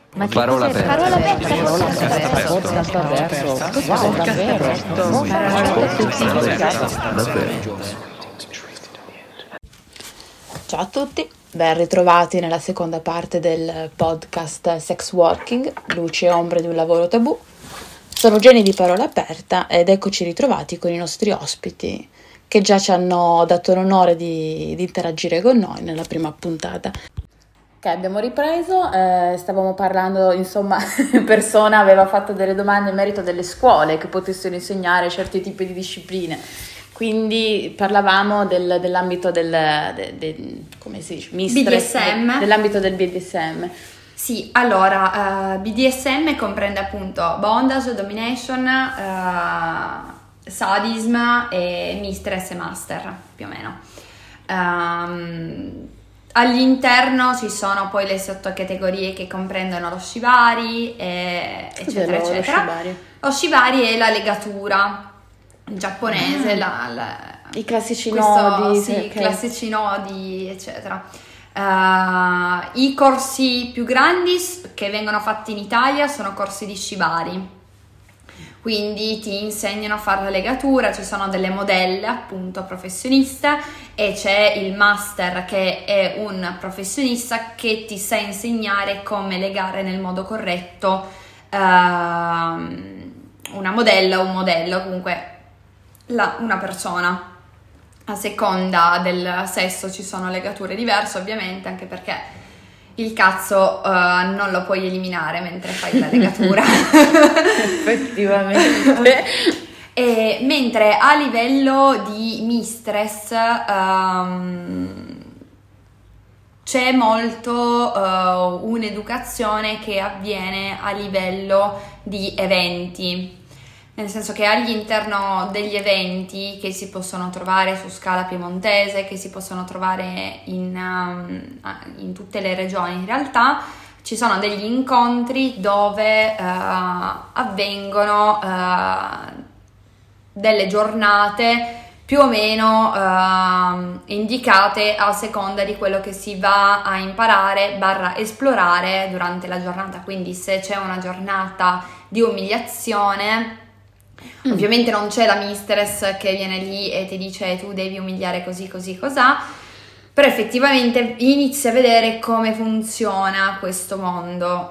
Ma Parola aperta. Parola aperta. Ciao a tutti, ben ritrovati nella seconda parte del podcast Sex Working, luci e ombre di un lavoro tabù. Sono Jenny di Parola Aperta ed eccoci ritrovati con i nostri ospiti che già ci hanno dato l'onore di interagire con noi nella prima puntata. Ok, abbiamo ripreso, stavamo parlando, insomma, persona aveva fatto delle domande in merito delle scuole che potessero insegnare certi tipi di discipline. Quindi parlavamo dell'ambito come si dice? Mistress, BDSM. Dell'ambito del BDSM. Sì, allora, BDSM comprende appunto bondage, domination, sadism e mistress e master, più o meno. All'interno ci sono poi le sottocategorie che comprendono lo shibari, eccetera, eccetera. Lo shibari è la legatura giapponese, i classici nodi. Sì, Okay. classici nodi, eccetera. I corsi più grandi che vengono fatti in Italia sono corsi di shibari, quindi ti insegnano a fare la legatura, ci sono delle modelle appunto professioniste e c'è il master che è un professionista che ti sa insegnare come legare nel modo corretto una modella o un modello, comunque una persona. A seconda del sesso ci sono legature diverse ovviamente, anche perché il cazzo non lo puoi eliminare mentre fai la legatura. Effettivamente. Mentre a livello di mistress c'è molto un'educazione che avviene a livello di eventi. Nel senso che all'interno degli eventi che si possono trovare su scala piemontese, che si possono trovare in tutte le regioni in realtà, ci sono degli incontri dove avvengono delle giornate più o meno indicate a seconda di quello che si va a imparare / esplorare durante la giornata. Quindi se c'è una giornata di umiliazione, ovviamente non c'è la mistress che viene lì e ti dice tu devi umiliare così, così, cos'ha, però effettivamente inizi a vedere come funziona questo mondo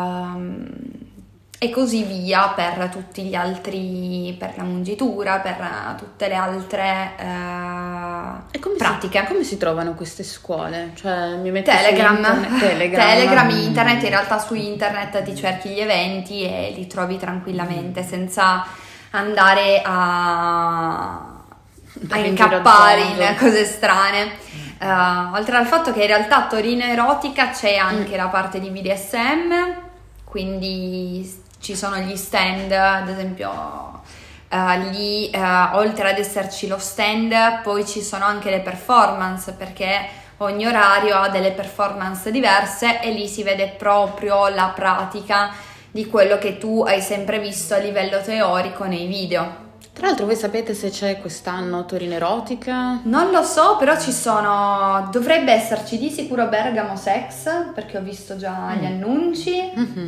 e così via per tutti gli altri, per la mungitura, per tutte le altre pratiche. Come si trovano queste scuole? Cioè, mi metto Telegram, internet, in realtà su internet ti cerchi gli eventi e li trovi tranquillamente senza andare a incappare in cose strane. Oltre al fatto che in realtà a Torino Erotica c'è anche la parte di BDSM, quindi ci sono gli stand, ad esempio lì oltre ad esserci lo stand poi ci sono anche le performance, perché ogni orario ha delle performance diverse e lì si vede proprio la pratica di quello che tu hai sempre visto a livello teorico nei video. Tra l'altro, voi sapete se c'è quest'anno Torino Erotica? Non lo so, però dovrebbe esserci di sicuro Bergamo Sex, perché ho visto già gli annunci,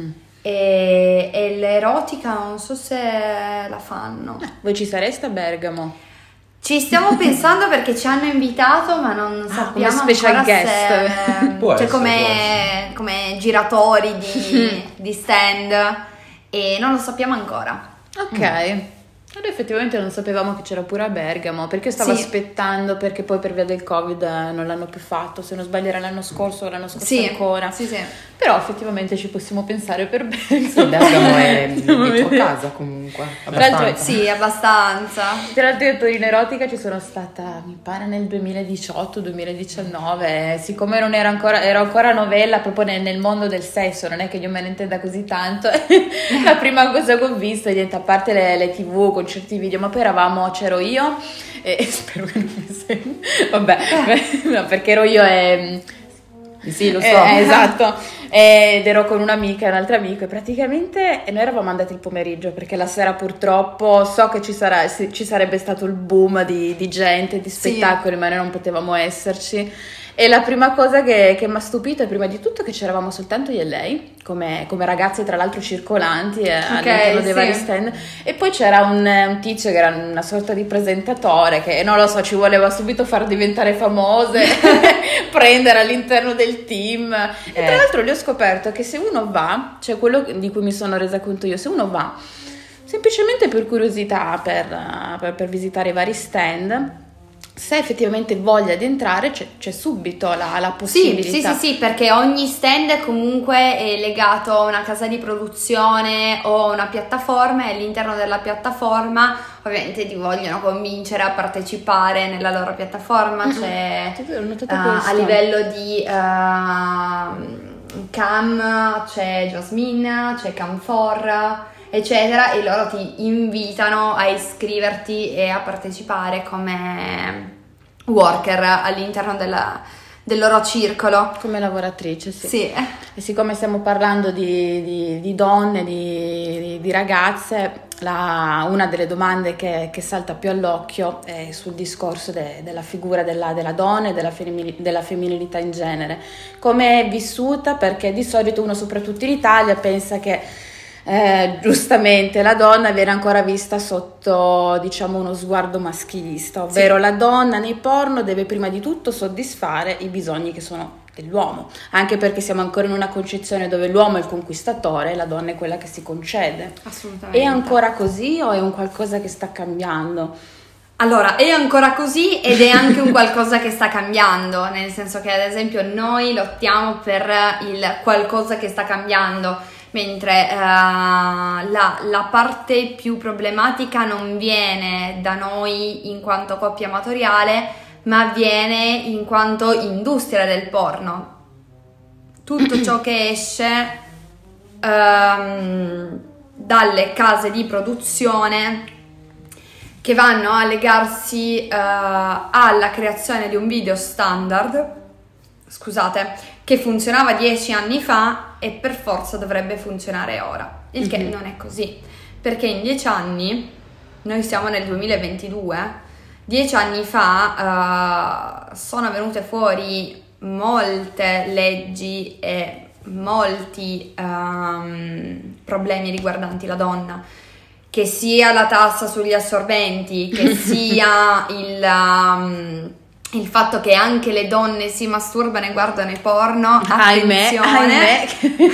e l'erotica non so se la fanno. Voi ci sareste a Bergamo? Ci stiamo pensando perché ci hanno invitato, ma non sappiamo come special ancora guest. Cioè come giratori di stand, e non lo sappiamo ancora. Ok. Allora effettivamente non sapevamo che c'era pure a Bergamo, perché io stavo aspettando, perché poi per via del Covid non l'hanno più fatto, se non sbaglio era l'anno scorso o l'anno scorso ancora. Sì. Però effettivamente ci possiamo pensare per Bergamo. Sì, Bergamo è dietro casa comunque. Sì, abbastanza. Tra l'altro io a Torino Erotica ci sono stata, mi pare nel 2018-2019, siccome ero ancora novella proprio nel mondo del sesso, non è che io me ne intenda così tanto, la prima cosa che ho visto, niente, a parte le TV con certi video, ma poi c'ero io e spero che non mi senti, vabbè, no, perché ero io e sì, lo so, esatto, ed ero con un'amica e un altro amico e praticamente noi eravamo andati il pomeriggio perché la sera purtroppo so che ci sarebbe stato il boom di gente, di spettacoli, ma noi non potevamo esserci. E la prima cosa che mi ha stupito è prima di tutto che c'eravamo soltanto io e lei, come ragazze tra l'altro circolanti all'interno dei vari stand, e poi c'era un tizio che era una sorta di presentatore che non lo so, ci voleva subito far diventare famose, prendere all'interno del team. E tra l'altro lì ho scoperto che se uno va, cioè quello di cui mi sono resa conto io, se uno va semplicemente per curiosità, per visitare i vari stand, se effettivamente voglia di entrare c'è subito la possibilità. Sì, perché ogni stand comunque è legato a una casa di produzione o una piattaforma, e all'interno della piattaforma ovviamente ti vogliono convincere a partecipare nella loro piattaforma. C'è a livello di Cam, c'è Jasmine, c'è Cam4, eccetera, e loro ti invitano a iscriverti e a partecipare come worker all'interno del loro circolo. Come lavoratrice, sì. Sì. E siccome stiamo parlando di donne, di ragazze, una delle domande che salta più all'occhio è sul discorso della figura della donna e della femminilità in genere. Come è vissuta? Perché di solito uno, soprattutto in Italia, pensa che giustamente la donna viene ancora vista sotto, diciamo, uno sguardo maschilista, ovvero la donna nei porno deve prima di tutto soddisfare i bisogni che sono dell'uomo, anche perché siamo ancora in una concezione dove l'uomo è il conquistatore e la donna è quella che si concede. Assolutamente. È ancora così o è un qualcosa che sta cambiando? Allora, è ancora così ed è anche un qualcosa che sta cambiando, nel senso che ad esempio noi lottiamo per il qualcosa che sta cambiando, mentre la parte più problematica non viene da noi in quanto coppia amatoriale, ma viene in quanto industria del porno. Tutto ciò che esce dalle case di produzione che vanno a legarsi alla creazione di un video standard, che funzionava 10 anni fa e per forza dovrebbe funzionare ora, il che non è così, perché in 10 anni, noi siamo nel 2022, 10 anni fa sono venute fuori molte leggi e molti problemi riguardanti la donna, che sia la tassa sugli assorbenti, che sia il fatto che anche le donne si masturbano e guardano i porno. Attenzione,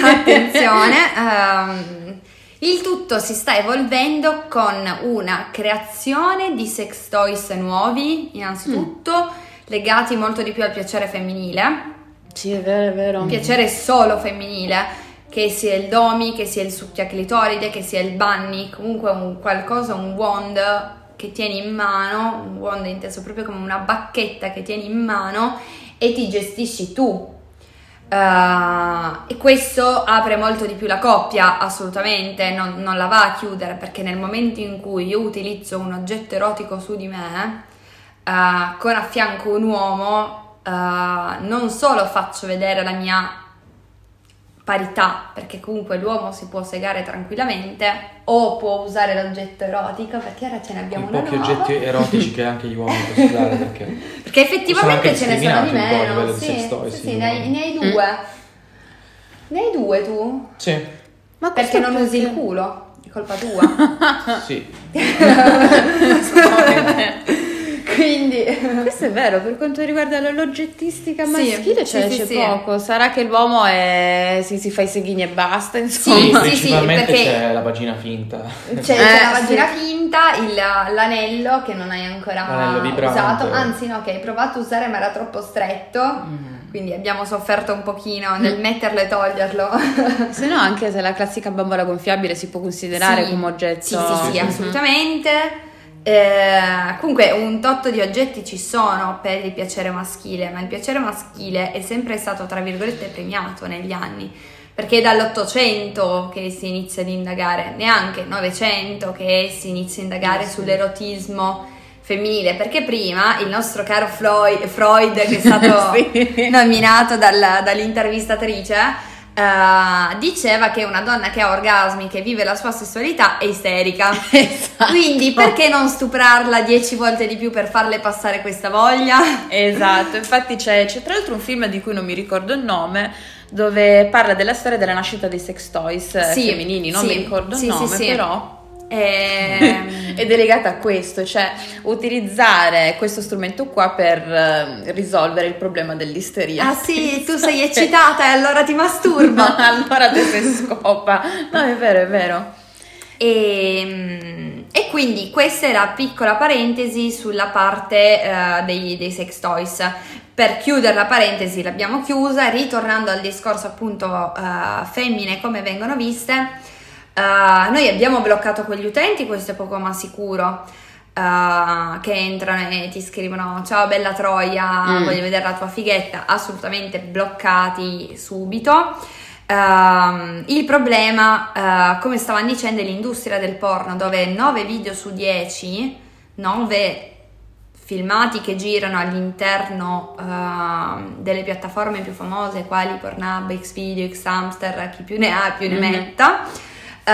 il tutto si sta evolvendo con una creazione di sex toys nuovi, innanzitutto legati molto di più al piacere femminile. Sì, è vero. Piacere solo femminile, che sia il domi, che sia il succhiaclitoride, che sia il bunny, comunque un wand che tieni in mano, un wand inteso proprio come una bacchetta che tieni in mano e ti gestisci tu. E questo apre molto di più la coppia, assolutamente, non la va a chiudere, perché nel momento in cui io utilizzo un oggetto erotico su di me, con a fianco un uomo, non solo faccio vedere la mia parità, perché comunque l'uomo si può segare tranquillamente o può usare l'oggetto erotico, perché ora ce ne abbiamo una nuova. Pochi oggetti erotici che anche gli uomini possono usare, perché effettivamente ce ne sono di meno. Sì, ne hai due. Ne hai due tu? Sì. Ma perché non usi il culo? È colpa tua. Sì. Quindi questo è vero, per quanto riguarda l'oggettistica maschile c'è poco. Sarà che l'uomo si fa i seghini e basta, insomma. Principalmente c'è la vagina finta. C'è la vagina finta, l'anello che non hai ancora usato, anzi no, che hai provato a usare ma era troppo stretto, quindi abbiamo sofferto un pochino nel metterlo e toglierlo. Se no, anche se la classica bambola gonfiabile si può considerare come oggetto. Sì, assolutamente. Comunque un tot di oggetti ci sono per il piacere maschile, ma il piacere maschile è sempre stato tra virgolette premiato negli anni, perché è dall'800 che si inizia ad indagare, neanche 900 che si inizia a indagare sull'erotismo femminile, perché prima il nostro caro Freud, che è stato nominato dall'intervistatrice, diceva che una donna che ha orgasmi, che vive la sua sessualità, è isterica. Esatto. Quindi perché non stuprarla 10 volte di più per farle passare questa voglia? Esatto, infatti c'è tra l'altro un film di cui non mi ricordo il nome, dove parla della storia della nascita dei sex toys femminili, non mi ricordo il nome, però è legata a questo, cioè utilizzare questo strumento qua per risolvere il problema dell'isteria. Ah sì, tu sei eccitata e allora ti masturba. Allora te si scopa. No, è vero. E quindi questa è la piccola parentesi sulla parte dei sex toys. Per chiudere la parentesi l'abbiamo chiusa, ritornando al discorso appunto femmine come vengono viste. Noi abbiamo bloccato quegli utenti, questo è poco ma sicuro, che entrano e ti scrivono ciao bella troia, voglio vedere la tua fighetta, assolutamente bloccati subito. Il problema, come stavano dicendo, è l'industria del porno, dove 9 video su 10, 9 filmati che girano all'interno delle piattaforme più famose quali Pornhub, Xvideo, Xhamster, chi più ne ha più ne metta.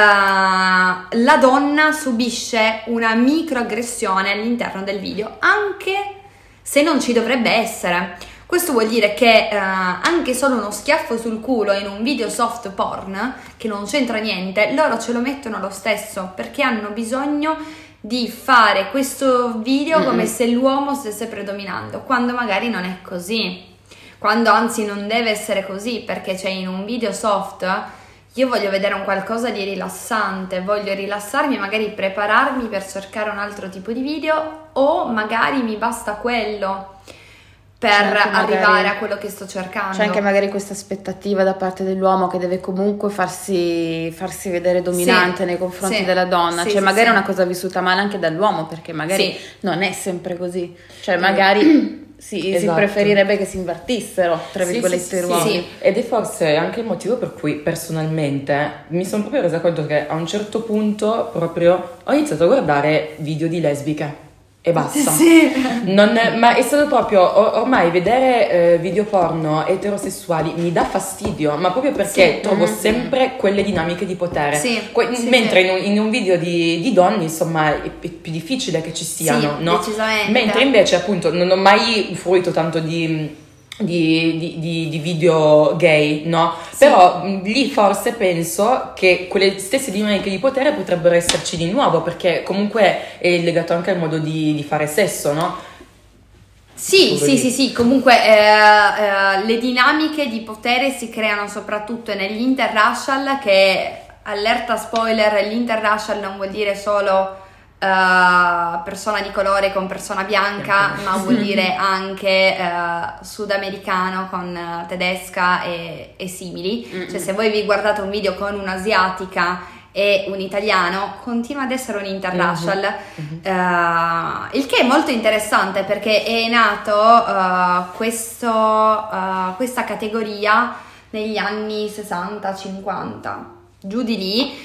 La donna subisce una microaggressione all'interno del video, anche se non ci dovrebbe essere. Questo vuol dire che anche solo uno schiaffo sul culo in un video soft porn, che non c'entra niente, loro ce lo mettono lo stesso, perché hanno bisogno di fare questo video come se l'uomo stesse predominando, quando magari non è così, quando anzi non deve essere così, perché c'è in un video soft io voglio vedere un qualcosa di rilassante, voglio rilassarmi, magari prepararmi per cercare un altro tipo di video, o magari mi basta quello per arrivare a quello che sto cercando. C'è anche magari questa aspettativa da parte dell'uomo che deve comunque farsi vedere dominante nei confronti della donna, cioè magari è una cosa vissuta male anche dall'uomo, perché magari non è sempre così, cioè magari si preferirebbe che si invertissero tra virgolette i ruoli. Ed è forse anche il motivo per cui personalmente mi sono proprio resa conto che a un certo punto proprio ho iniziato a guardare video di lesbiche e basta. Ma è stato proprio ormai vedere video porno eterosessuali mi dà fastidio, ma proprio perché trovo sempre quelle dinamiche di potere. Mentre in un video di donne, insomma, è più difficile che ci siano, no? Decisamente. Mentre invece appunto non ho mai fruito tanto di video gay, no? Però lì forse penso che quelle stesse dinamiche di potere potrebbero esserci di nuovo, perché comunque è legato anche al modo di fare sesso, no? Sì, comunque le dinamiche di potere si creano soprattutto negli interracial, che, allerta spoiler, l'interracial non vuol dire solo persona di colore con persona bianca, ma vuol dire anche sudamericano con tedesca e simili. Cioè, se voi vi guardate un video con un'asiatica e un italiano, continua ad essere un interracial, il che è molto interessante, perché è nato questa categoria negli anni 60-50, giù di lì,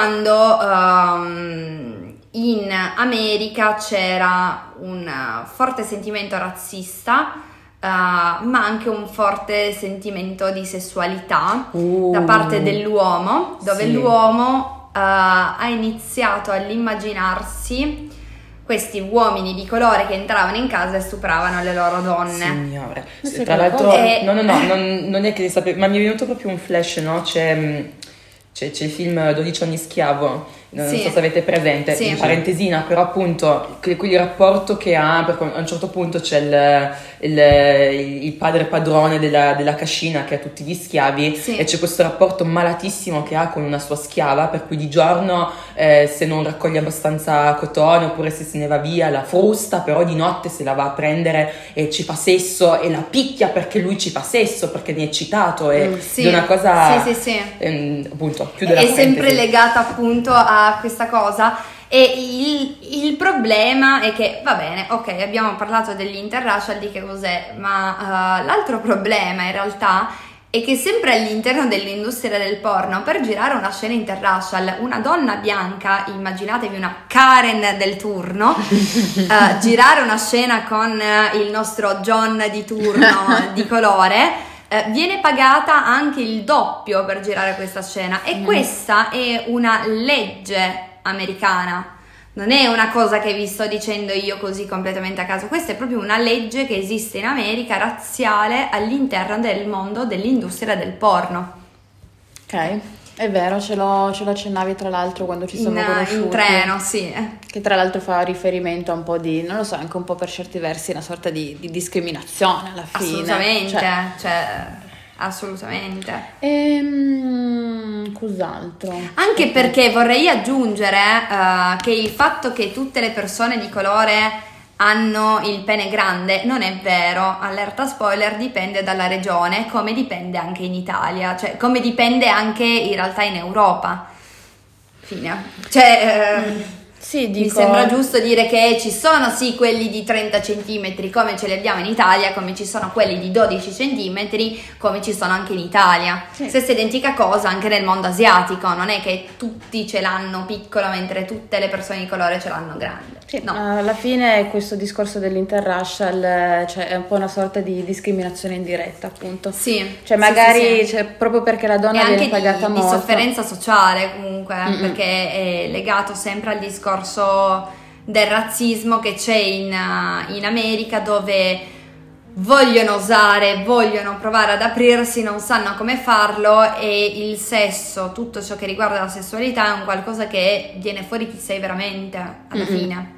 quando in America c'era un forte sentimento razzista, ma anche un forte sentimento di sessualità da parte dell'uomo, dove l'uomo ha iniziato all'immaginarsi questi uomini di colore che entravano in casa e stupravano le loro donne. Signore, tra l'altro non è che sapevo, ma mi è venuto proprio un flash, no? C'è il film 12 anni schiavo, non so se avete presente, parentesina, però appunto quel rapporto che ha, perché a un certo punto c'è il padre padrone della cascina che ha tutti gli schiavi, e c'è questo rapporto malatissimo che ha con una sua schiava, per cui di giorno se non raccoglie abbastanza cotone oppure se ne va via la frusta, però di notte se la va a prendere e ci fa sesso e la picchia perché lui ci fa sesso, perché ne è eccitato, è una cosa appunto, chiude la parentesi. Sempre legata appunto a questa cosa, e il problema è che, va bene, ok, abbiamo parlato dell'interracial, di che cos'è, ma l'altro problema in realtà è che sempre all'interno dell'industria del porno, per girare una scena interracial, una donna bianca, immaginatevi una Karen del turno, girare una scena con il nostro John di turno di colore, viene pagata anche il doppio per girare questa scena e questa è una legge americana. Non è una cosa che vi sto dicendo io così completamente a caso, questa è proprio una legge che esiste in America, razziale, all'interno del mondo dell'industria del porno. Ok, è vero, ce lo accennavi tra l'altro quando ci siamo conosciuti. In treno, sì. Che tra l'altro fa riferimento a un po' di, non lo so, anche un po' per certi versi una sorta di discriminazione alla fine. Assolutamente, assolutamente. Cos'altro? Anche perché vorrei aggiungere che il fatto che tutte le persone di colore hanno il pene grande non è vero, allerta spoiler, dipende dalla regione, come dipende anche in Italia, cioè come dipende anche in realtà in Europa. Fine. Sì, mi sembra giusto dire che ci sono sì quelli di 30 centimetri come ce li abbiamo in Italia, come ci sono quelli di 12 centimetri come ci sono anche in Italia. Sì. Stessa identica cosa anche nel mondo asiatico, non è che tutti ce l'hanno piccolo mentre tutte le persone di colore ce l'hanno grande. Sì, no. Alla fine questo discorso dell'interracial è un po' una sorta di discriminazione indiretta, appunto. Sì. Cioè magari sì. Proprio perché la donna viene pagata molto. E anche di sofferenza sociale comunque, perché è legato sempre al discorso del razzismo che c'è in America, dove vogliono osare, vogliono provare ad aprirsi, non sanno come farlo, e il sesso, tutto ciò che riguarda la sessualità è un qualcosa che viene fuori chi sei veramente alla fine.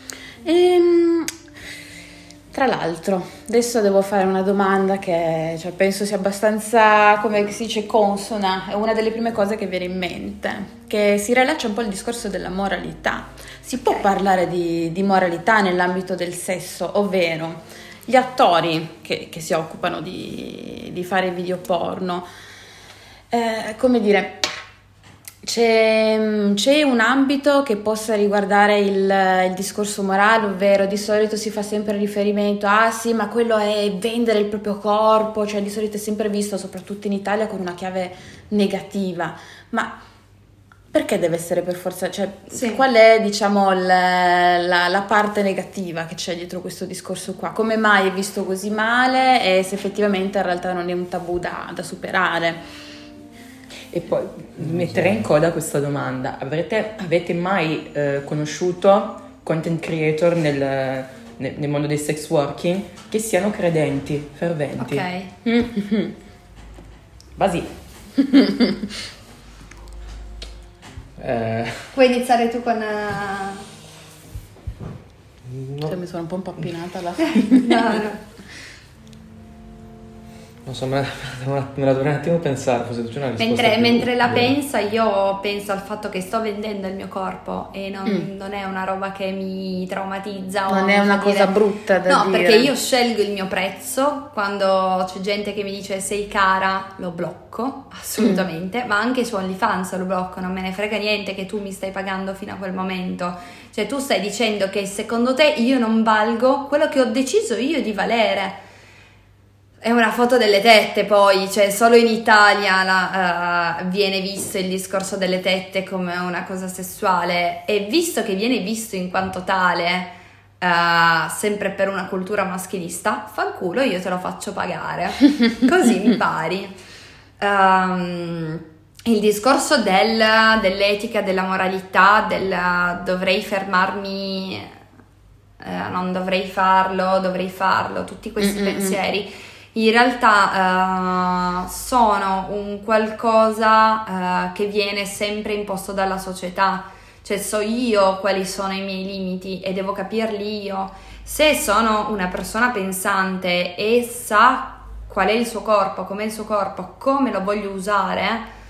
Tra l'altro, adesso devo fare una domanda che penso sia abbastanza, come si dice, consona, è una delle prime cose che viene in mente, che si rilaccia un po' al discorso della moralità. Si può parlare di moralità nell'ambito del sesso, ovvero gli attori che si occupano di fare video porno, come dire, c'è un ambito che possa riguardare il discorso morale, ovvero di solito si fa sempre riferimento a sì, ma quello è vendere il proprio corpo, cioè di solito è sempre visto, soprattutto in Italia, con una chiave negativa, ma perché deve essere per forza, cioè sì. Qual è, diciamo, la parte negativa che c'è dietro questo discorso qua? Come mai è visto così male e se effettivamente in realtà non è un tabù da superare? E poi metterei in coda questa domanda: avete mai conosciuto content creator nel mondo del sex working che siano credenti, ferventi? Ok. Basi. Puoi iniziare tu con... No. Mi sono un po' impappinata alla fine. No. Non so, me la dovrei un attimo pensare, forse tu c'è una risposta mentre la pensa, io penso al fatto che sto vendendo il mio corpo e non è una roba che mi traumatizza. Non è una cosa brutta da dire. No, perché io scelgo il mio prezzo. Quando c'è gente che mi dice sei cara, lo blocco, assolutamente, ma anche su OnlyFans lo blocco, non me ne frega niente che tu mi stai pagando fino a quel momento. Cioè tu stai dicendo che secondo te io non valgo quello che ho deciso io di valere. È una foto delle tette, poi, cioè solo in Italia viene visto il discorso delle tette come una cosa sessuale, e visto che viene visto in quanto tale, sempre per una cultura maschilista, fanculo, io te lo faccio pagare, così mi pari. Il discorso dell'etica, della moralità, dovrei fermarmi, non dovrei farlo, tutti questi pensieri in realtà sono un qualcosa che viene sempre imposto dalla società, cioè so io quali sono i miei limiti e devo capirli io. Se sono una persona pensante e sa qual è il suo corpo, com'è il suo corpo, come lo voglio usare,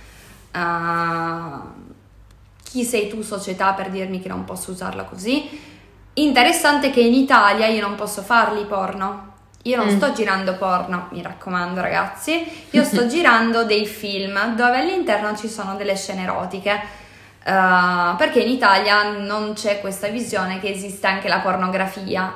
chi sei tu società per dirmi che non posso usarla così? Interessante che in Italia io non posso farli porno. Io non sto girando porno, mi raccomando ragazzi, io sto girando dei film dove all'interno ci sono delle scene erotiche, perché in Italia non c'è questa visione che esiste anche la pornografia.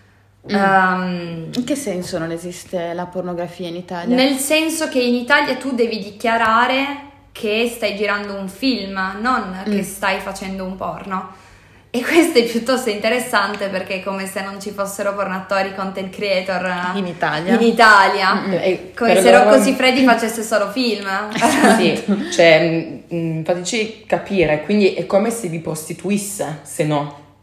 In che senso non esiste la pornografia in Italia? Nel senso che in Italia tu devi dichiarare che stai girando un film, non che stai facendo un porno. E questo è piuttosto interessante perché è come se non ci fossero pornatori content creator in Italia. Come se Rocco Siffredi facesse solo film. Sì, cioè fateci capire, quindi è come se vi prostituisse, se no.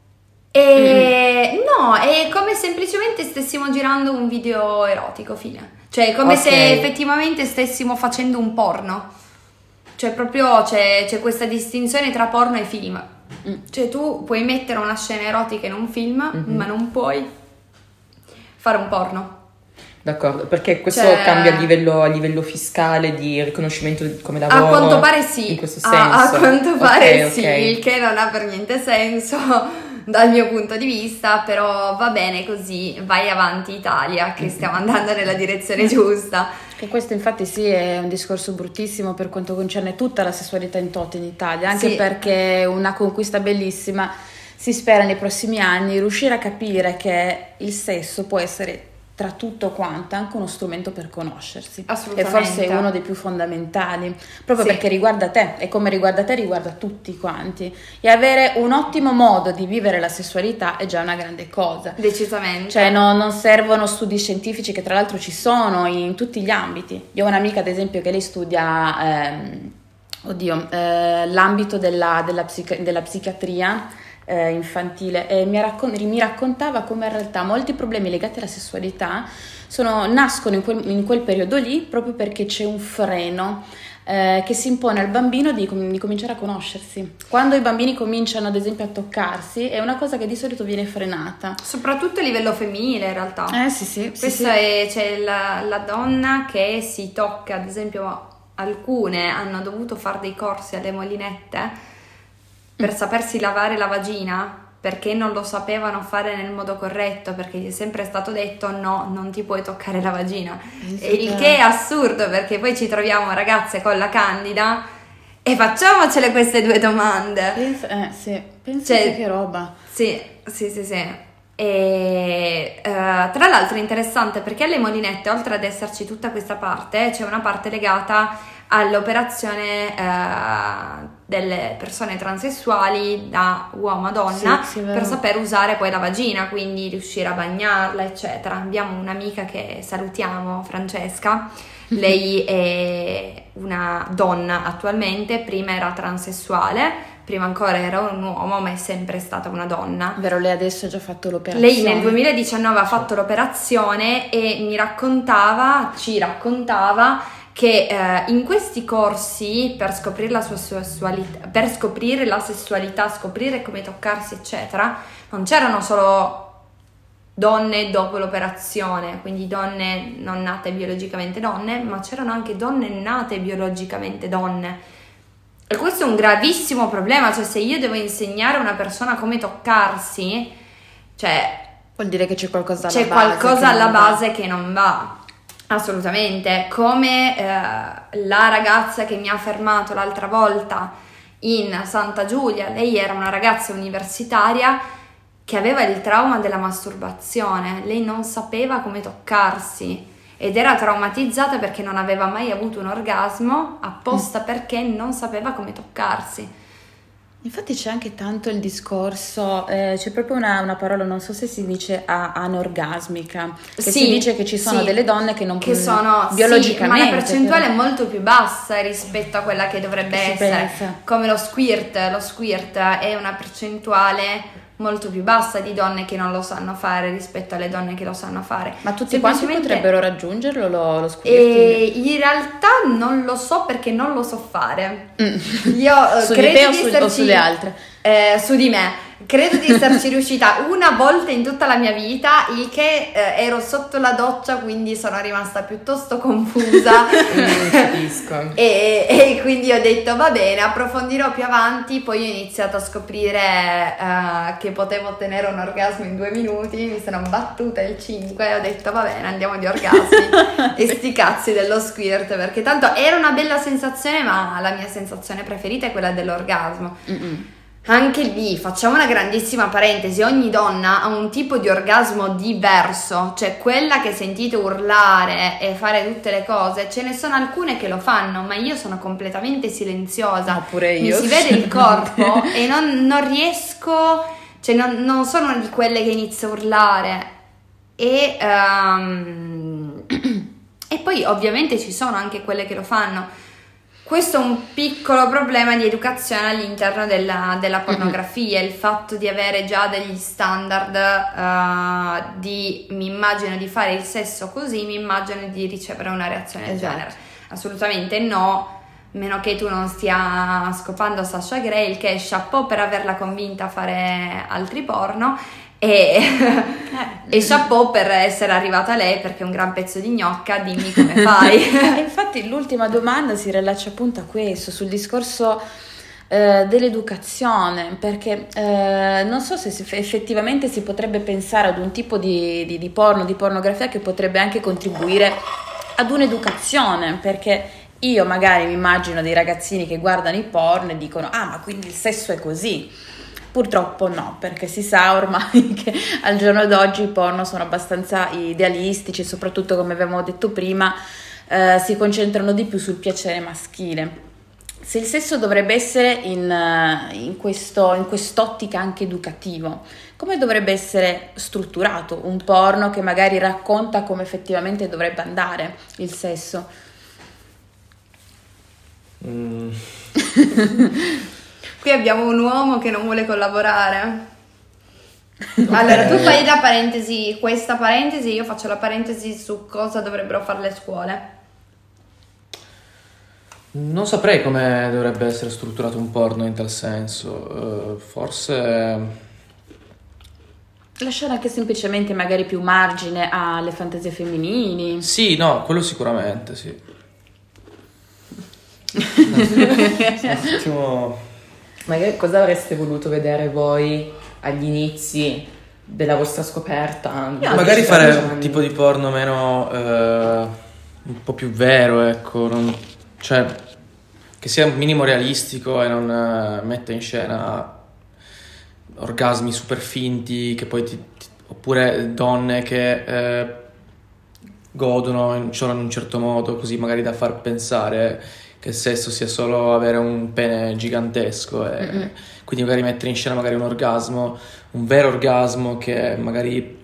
No, è come semplicemente stessimo girando un video erotico, fine. Cioè è come se effettivamente stessimo facendo un porno. Cioè proprio c'è questa distinzione tra porno e film. Cioè tu puoi mettere una scena erotica in un film, ma non puoi fare un porno. D'accordo, perché questo cambia a livello fiscale di riconoscimento come lavoro? A quanto pare sì, in questo senso. A quanto pare sì, il che non ha per niente senso dal mio punto di vista, però va bene così, vai avanti Italia, che stiamo andando nella direzione giusta. Che questo infatti sì è un discorso bruttissimo per quanto concerne tutta la sessualità in toto in Italia, anche perché è una conquista bellissima. Si spera nei prossimi anni riuscire a capire che il sesso può essere tra tutto quanto anche uno strumento per conoscersi, e forse è uno dei più fondamentali, proprio perché riguarda te, e come riguarda te riguarda tutti quanti, e avere un ottimo modo di vivere la sessualità è già una grande cosa, decisamente. Cioè non servono studi scientifici, che tra l'altro ci sono in tutti gli ambiti. Io ho un'amica ad esempio che lei studia l'ambito della psichiatria infantile, e mi raccontava come in realtà molti problemi legati alla sessualità nascono in quel periodo lì, proprio perché c'è un freno che si impone al bambino di cominciare a conoscersi. Quando i bambini cominciano ad esempio a toccarsi è una cosa che di solito viene frenata, soprattutto a livello femminile in realtà. C'è la donna che si tocca, ad esempio alcune hanno dovuto fare dei corsi alle molinette per sapersi lavare la vagina, perché non lo sapevano fare nel modo corretto, perché gli è sempre stato detto no, non ti puoi toccare la vagina, e il che è assurdo, perché poi ci troviamo ragazze con la candida e facciamocele queste due domande. Pensate che roba. Sì. E tra l'altro è interessante perché alle molinette, oltre ad esserci tutta questa parte, c'è una parte legata all'operazione delle persone transessuali da uomo a donna, per saper usare poi la vagina, quindi riuscire a bagnarla eccetera. Abbiamo un'amica che salutiamo, Francesca, lei è una donna attualmente, prima era transessuale, prima ancora era un uomo, ma è sempre stata una donna. Vero, lei adesso ha già fatto l'operazione. Lei nel 2019 ha fatto l'operazione e ci raccontava che in questi corsi per scoprire la sua sessualità, per scoprire la sessualità, scoprire come toccarsi eccetera, non c'erano solo donne dopo l'operazione, quindi donne non nate biologicamente donne, ma c'erano anche donne nate biologicamente donne. E questo è un gravissimo problema, cioè se io devo insegnare a una persona come toccarsi, cioè vuol dire che c'è qualcosa alla base che non va. Assolutamente, come la ragazza che mi ha fermato l'altra volta in Santa Giulia, lei era una ragazza universitaria che aveva il trauma della masturbazione, lei non sapeva come toccarsi ed era traumatizzata perché non aveva mai avuto un orgasmo, apposta perché non sapeva come toccarsi. Infatti c'è anche tanto il discorso, c'è proprio una parola, non so se si dice anorgasmica, che si dice che ci sono delle donne che non sono biologicamente, ma la percentuale è molto più bassa rispetto a quella che dovrebbe essere, come lo squirt è una percentuale molto più bassa di donne che non lo sanno fare rispetto alle donne che lo sanno fare. Ma tutti quanti potrebbero raggiungerlo lo squirting? In realtà non lo so perché non lo so fare. Io su di te o sulle altre? Su di me. Credo di esserci riuscita una volta in tutta la mia vita, il che ero sotto la doccia, quindi sono rimasta piuttosto confusa. Capisco. E quindi ho detto va bene, approfondirò più avanti. Poi ho iniziato a scoprire che potevo ottenere un orgasmo in 2 minuti, mi sono battuta il 5 e ho detto va bene, andiamo di orgasmi e sti cazzi dello squirt, perché tanto era una bella sensazione, ma la mia sensazione preferita è quella dell'orgasmo. Anche lì facciamo una grandissima parentesi, ogni donna ha un tipo di orgasmo diverso, cioè quella che sentite urlare e fare tutte le cose, ce ne sono alcune che lo fanno, ma io sono completamente silenziosa, pure io. Mi si vede il corpo e non riesco, cioè non sono una di quelle che inizia a urlare e poi ovviamente ci sono anche quelle che lo fanno. Questo è un piccolo problema di educazione all'interno della pornografia, il fatto di avere già degli standard mi immagino di fare il sesso così, mi immagino di ricevere una reazione del genere. Assolutamente no, meno che tu non stia scopando Sasha Grey, che è chapeau per averla convinta a fare altri porno, e chapeau per essere arrivata lei, perché è un gran pezzo di gnocca, dimmi come fai. Infatti l'ultima domanda si riallaccia appunto a questo, sul discorso dell'educazione, perché non so se effettivamente si potrebbe pensare ad un tipo di porno, di pornografia che potrebbe anche contribuire ad un'educazione, perché io magari mi immagino dei ragazzini che guardano i porno e dicono ma quindi il sesso è così. Purtroppo no, perché si sa ormai che al giorno d'oggi i porno sono abbastanza idealistici e soprattutto, come avevamo detto prima, si concentrano di più sul piacere maschile. Se il sesso dovrebbe essere in quest'ottica anche educativo, come dovrebbe essere strutturato un porno che magari racconta come effettivamente dovrebbe andare il sesso? Qui abbiamo un uomo che non vuole collaborare. Allora, tu fai la parentesi, questa parentesi, io faccio la parentesi su cosa dovrebbero fare le scuole. Non saprei come dovrebbe essere strutturato un porno in tal senso. Forse lasciare anche semplicemente magari più margine alle fantasie femminili. Sì, no, quello sicuramente, sì. Un attimo. Magari cosa avreste voluto vedere voi agli inizi della vostra scoperta? Magari fare un tipo di porno meno un po' più vero, ecco, cioè che sia un minimo realistico e non metta in scena orgasmi super finti che poi oppure donne che godono in un certo modo, così magari da far pensare che il sesso sia solo avere un pene gigantesco e quindi magari mettere in scena magari un orgasmo, un vero orgasmo che magari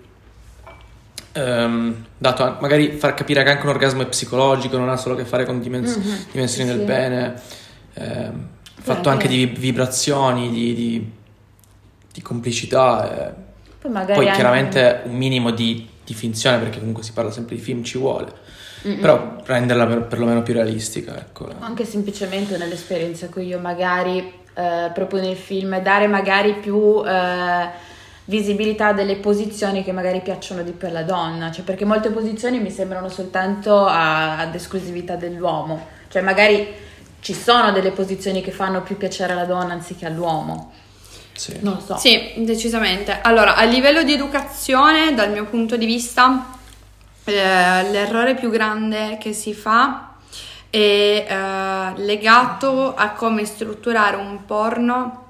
magari far capire che anche un orgasmo è psicologico, non ha solo a che fare con dimensioni del pene, fatto anche di vibrazioni, di complicità, poi chiaramente un minimo di finzione, perché comunque si parla sempre di film, ci vuole. Però renderla perlomeno più realistica, ecco. Anche semplicemente nell'esperienza che io magari proprio nel film, dare magari più visibilità delle posizioni che magari piacciono di più alla donna, cioè perché molte posizioni mi sembrano soltanto ad esclusività dell'uomo, cioè magari ci sono delle posizioni che fanno più piacere alla donna anziché all'uomo. Sì. Non lo so. Sì, decisamente. Allora, a livello di educazione, dal mio punto di vista, l'errore più grande che si fa è legato a come strutturare un porno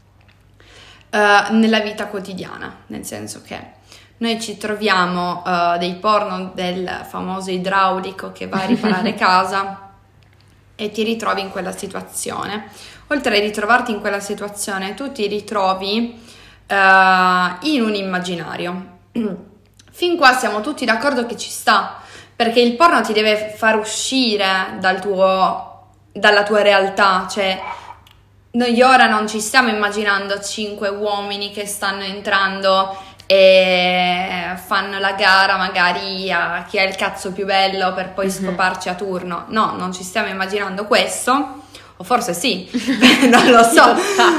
nella vita quotidiana, nel senso che noi ci troviamo dei porno del famoso idraulico che va a riparare casa e ti ritrovi in quella situazione. Oltre a ritrovarti in quella situazione, tu ti ritrovi in un immaginario. Fin qua siamo tutti d'accordo che ci sta, perché il porno ti deve far uscire dalla tua realtà, cioè noi ora non ci stiamo immaginando 5 uomini che stanno entrando e fanno la gara magari a chi ha il cazzo più bello per poi scoparci a turno. No, non ci stiamo immaginando questo, o forse sì, non lo so,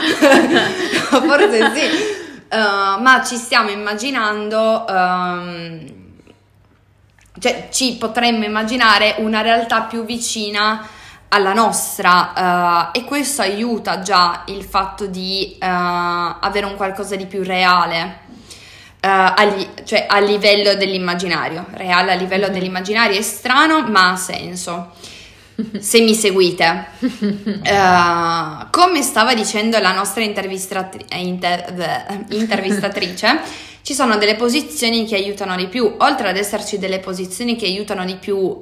forse sì. Ma ci stiamo immaginando, cioè ci potremmo immaginare una realtà più vicina alla nostra, e questo aiuta già il fatto di avere un qualcosa di più reale, cioè a livello dell'immaginario. Reale a livello dell'immaginario è strano, ma ha senso. se mi seguite. Come stava dicendo la nostra intervistatrice, ci sono delle posizioni che aiutano di più. Oltre ad esserci delle posizioni che aiutano di più,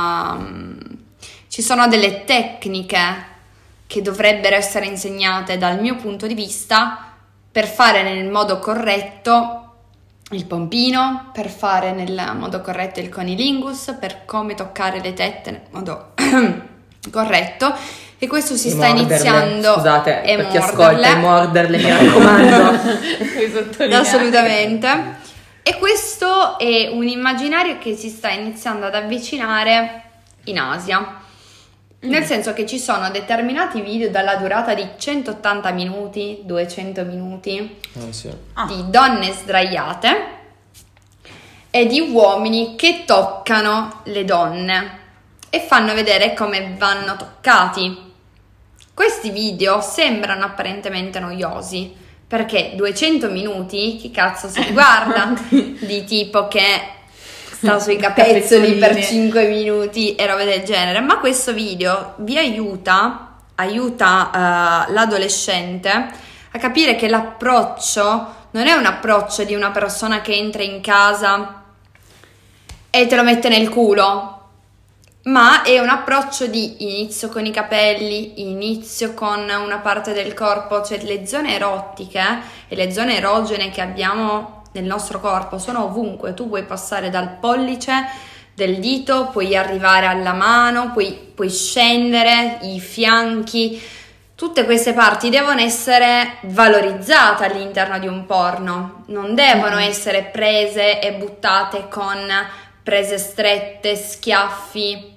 ci sono delle tecniche che dovrebbero essere insegnate dal mio punto di vista per fare nel modo corretto il pompino, per fare nel modo corretto il conilingus, per come toccare le tette nel modo corretto, e questo si sta iniziando. Scusate, per chi ascolta, morderle, mi raccomando. Assolutamente. E questo è un immaginario che si sta iniziando ad avvicinare in Asia. Nel senso che ci sono determinati video dalla durata di 180 minuti, 200 minuti di donne sdraiate e di uomini che toccano le donne e fanno vedere come vanno toccati. Questi video sembrano apparentemente noiosi, perché 200 minuti, chi cazzo si guarda? Di tipo che sta sui capezzoli per 5 minuti e robe del genere. Ma questo video vi aiuta l'adolescente a capire che l'approccio non è un approccio di una persona che entra in casa e te lo mette nel culo, ma è un approccio di inizio con i capelli, inizio con una parte del corpo, cioè le zone erotiche e le zone erogene che abbiamo nel nostro corpo sono ovunque. Tu puoi passare dal pollice del dito, puoi arrivare alla mano, puoi scendere, i fianchi. Tutte queste parti devono essere valorizzate all'interno di un porno, non devono essere prese e buttate con prese strette, schiaffi,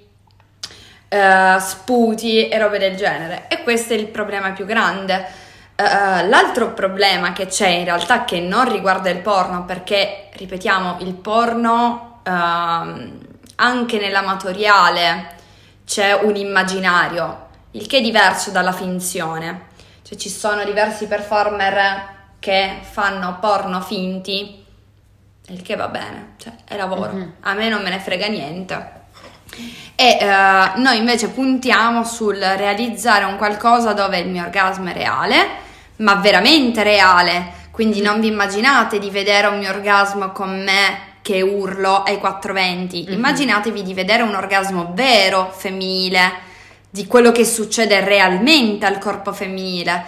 sputi e robe del genere. E questo è il problema più grande. L'altro problema che c'è in realtà, che non riguarda il porno, perché ripetiamo, il porno anche nell'amatoriale c'è un immaginario, il che è diverso dalla finzione. Cioè ci sono diversi performer che fanno porno finti, il che va bene, cioè è lavoro, a me non me ne frega niente. E noi invece puntiamo sul realizzare un qualcosa dove il mio orgasmo è reale, ma veramente reale. Quindi non vi immaginate di vedere un mio orgasmo con me che urlo ai 420, immaginatevi di vedere un orgasmo vero femminile, di quello che succede realmente al corpo femminile.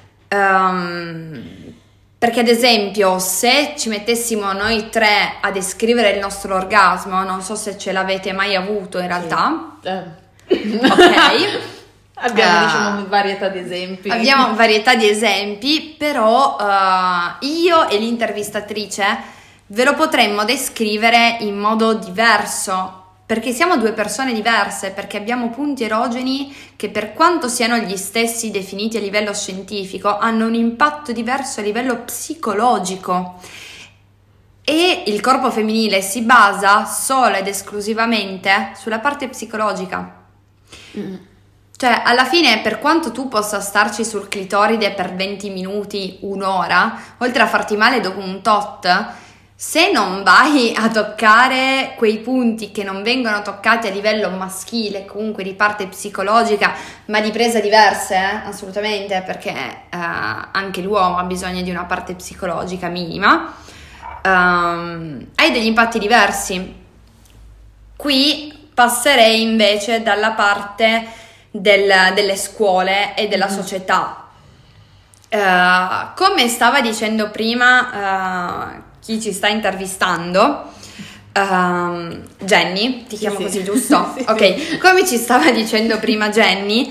Perché ad esempio, se ci mettessimo noi tre a descrivere il nostro orgasmo, non so se ce l'avete mai avuto in realtà. Ok. Abbiamo varietà di esempi. Abbiamo varietà di esempi, però io e l'intervistatrice ve lo potremmo descrivere in modo diverso, perché siamo due persone diverse, perché abbiamo punti erogeni che, per quanto siano gli stessi definiti a livello scientifico, hanno un impatto diverso a livello psicologico. E il corpo femminile si basa solo ed esclusivamente sulla parte psicologica. Cioè, alla fine, per quanto tu possa starci sul clitoride per 20 minuti, un'ora, oltre a farti male dopo un tot, se non vai a toccare quei punti che non vengono toccati a livello maschile, comunque di parte psicologica, ma di prese diverse, assolutamente, perché anche l'uomo ha bisogno di una parte psicologica minima, hai degli impatti diversi. Qui passerei invece dalla parte delle scuole e della società. Come stava dicendo prima chi ci sta intervistando, Jenny, ti chiamo così, giusto? Sì, ok, come ci stava dicendo prima Jenny,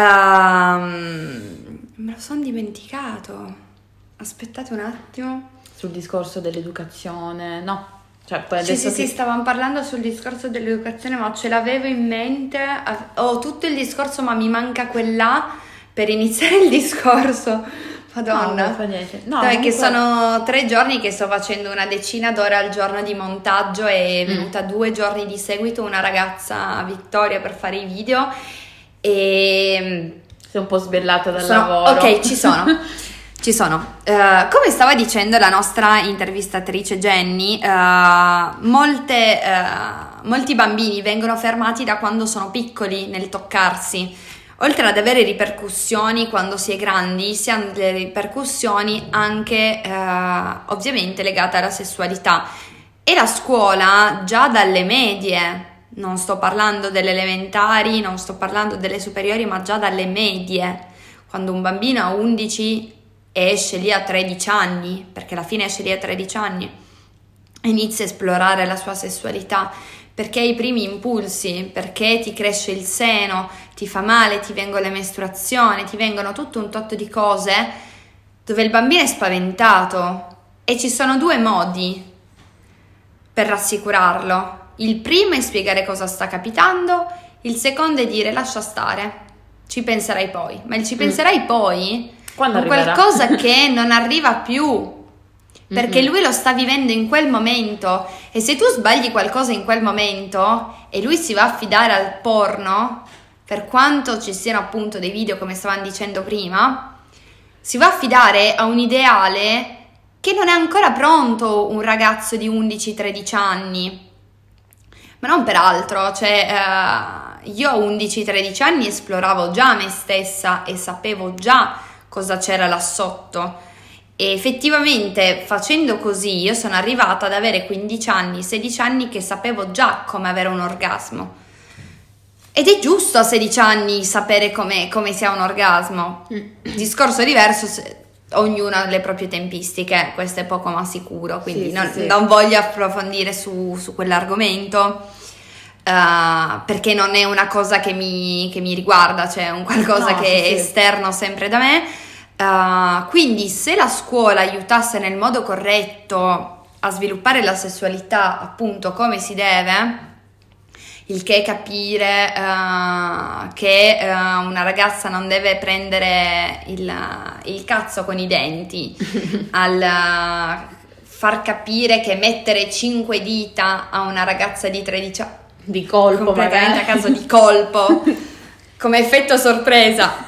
me lo sono dimenticato, aspettate un attimo. Sul discorso dell'educazione, no? Cioè, poi adesso sì, stavamo parlando sul discorso dell'educazione, ma ce l'avevo in mente, ho tutto il discorso, ma mi manca quella per iniziare il discorso. Madonna, no, fa niente. No, perché sono 3 giorni che sto facendo una decina d'ore al giorno di montaggio, e è venuta 2 giorni di seguito una ragazza, Vittoria, per fare i video, e sei un po' sbellata dal lavoro. Ok, ci Ci sono. Come stava dicendo la nostra intervistatrice Jenny, molti bambini vengono fermati da quando sono piccoli nel toccarsi. Oltre ad avere ripercussioni quando si è grandi, si hanno delle ripercussioni anche ovviamente legate alla sessualità. E la scuola già dalle medie, non sto parlando delle elementari, non sto parlando delle superiori, ma già dalle medie, quando un bambino ha 11 e esce lì a 13 anni, perché alla fine esce lì a 13 anni, inizia a esplorare la sua sessualità, perché hai i primi impulsi, perché ti cresce il seno, ti fa male, ti vengono le mestruazioni, ti vengono tutto un tot di cose dove il bambino è spaventato, e ci sono due modi per rassicurarlo. Il primo è spiegare cosa sta capitando, il secondo è dire lascia stare, ci penserai poi, ma il ci penserai poi quando è qualcosa che non arriva più, perché lui lo sta vivendo in quel momento, e se tu sbagli qualcosa in quel momento e lui si va a affidare al porno, per quanto ci siano appunto dei video come stavamo dicendo prima, si va a affidare a un ideale che non è ancora pronto un ragazzo di 11-13 anni, ma non per altro, cioè io a 11-13 anni esploravo già me stessa e sapevo già cosa c'era là sotto, e effettivamente facendo così io sono arrivata ad avere 15 anni, 16 anni che sapevo già come avere un orgasmo, ed è giusto a 16 anni sapere come sia un orgasmo. Discorso diverso se ognuno ha le proprie tempistiche, questo è poco ma sicuro, quindi non voglio approfondire su quell'argomento, perché non è una cosa che mi riguarda, cioè è un qualcosa che è esterno sempre da me. Quindi se la scuola aiutasse nel modo corretto a sviluppare la sessualità appunto come si deve, il che capire che una ragazza non deve prendere il cazzo con i denti, al far capire che mettere 5 dita a una ragazza di 13 anni di colpo, completamente magari. a caso di colpo come effetto sorpresa.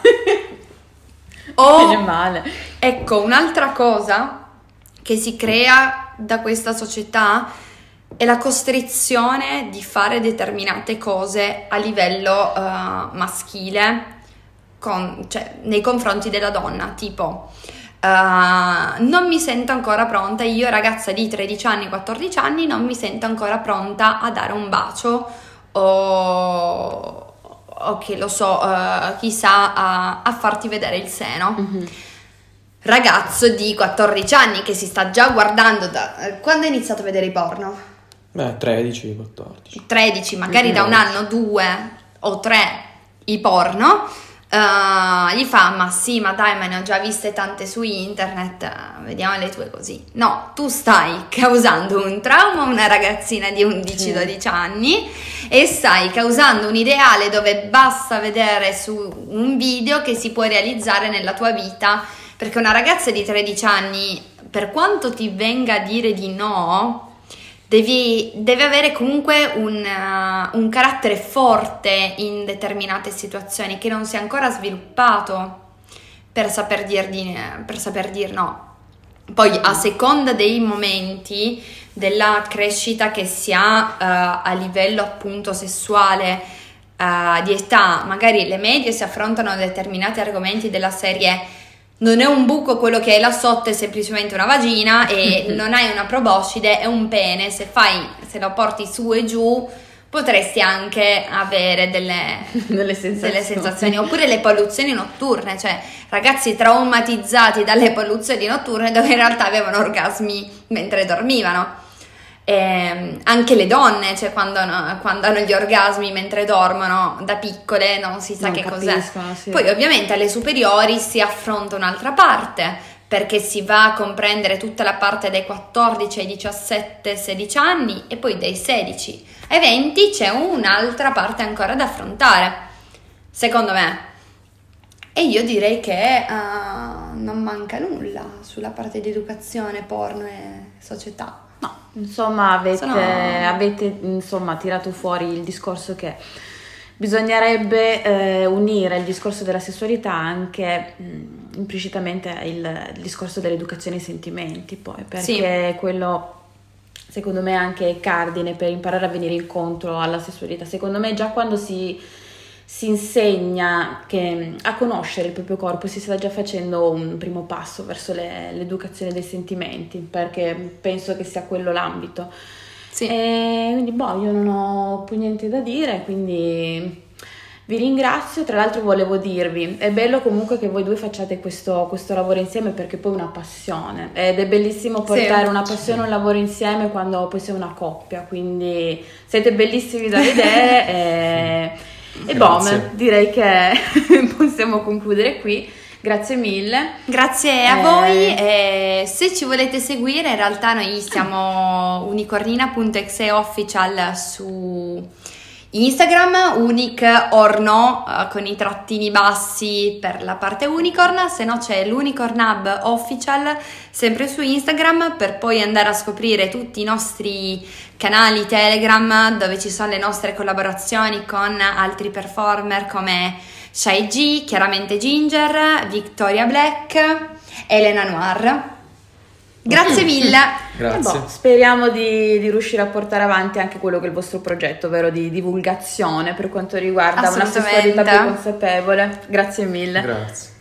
Male. Ecco, un'altra cosa che si crea da questa società è la costrizione di fare determinate cose a livello maschile, nei confronti della donna, tipo non mi sento ancora pronta, io ragazza di 13 anni, 14 anni, non mi sento ancora pronta a dare un bacio o che lo so, chissà, a farti vedere il seno. Ragazzo di 14 anni che si sta già guardando quando hai iniziato a vedere i porno? 13, 14. 13, magari da un anno, 2 o 3 i porno, gli fa ma sì, ma dai, ma ne ho già viste tante su internet, vediamo le tue così. No, tu stai causando un trauma a una ragazzina di 11-12 anni e stai causando un ideale dove basta vedere su un video che si può realizzare nella tua vita, perché una ragazza di 13 anni, per quanto ti venga a dire di no, deve avere comunque un carattere forte in determinate situazioni che non si è ancora sviluppato per saper dir no. Poi a seconda dei momenti della crescita che si ha a livello appunto sessuale, di età, magari le medie si affrontano determinati argomenti della serie non è un buco quello che è là sotto, è semplicemente una vagina, e non hai una proboscide, è un pene, se lo porti su e giù potresti anche avere delle sensazioni. Oppure le polluzioni notturne, cioè ragazzi traumatizzati dalle polluzioni notturne dove in realtà avevano orgasmi mentre dormivano. Anche le donne, cioè quando hanno gli orgasmi mentre dormono da piccole non si sa non che cos'è. Sì. Poi ovviamente alle superiori si affronta un'altra parte, perché si va a comprendere tutta la parte dai 14 ai 17-16 anni, e poi dai 16 ai 20 c'è un'altra parte ancora da affrontare, secondo me. E io direi che non manca nulla sulla parte di educazione, porno e società. No, insomma avete insomma tirato fuori il discorso che bisognerebbe unire il discorso della sessualità anche implicitamente il discorso dell'educazione ai sentimenti, poi, perché quello secondo me anche è cardine per imparare a venire incontro alla sessualità. Secondo me già quando si insegna a conoscere il proprio corpo si sta già facendo un primo passo verso l'educazione dei sentimenti, perché penso che sia quello l'ambito. Sì. E quindi io non ho più niente da dire, quindi vi ringrazio. Tra l'altro volevo dirvi, è bello comunque che voi due facciate questo lavoro insieme, perché poi è una passione ed è bellissimo portare una passione e un lavoro insieme quando poi si è una coppia, quindi siete bellissimi da vedere e direi che possiamo concludere qui. Grazie mille. Grazie a voi. Se ci volete seguire, in realtà noi siamo unicornina.exe.official su Instagram, unicorno con i trattini bassi per la parte unicorn, se no c'è l'Unicorn Hub Official sempre su Instagram, per poi andare a scoprire tutti i nostri canali Telegram dove ci sono le nostre collaborazioni con altri performer come Shy G, chiaramente Ginger, Victoria Black, Elena Noir. Grazie mille. Grazie. Speriamo di riuscire a portare avanti anche quello che è il vostro progetto, ovvero di divulgazione per quanto riguarda una sessualità più consapevole. Grazie mille. Grazie.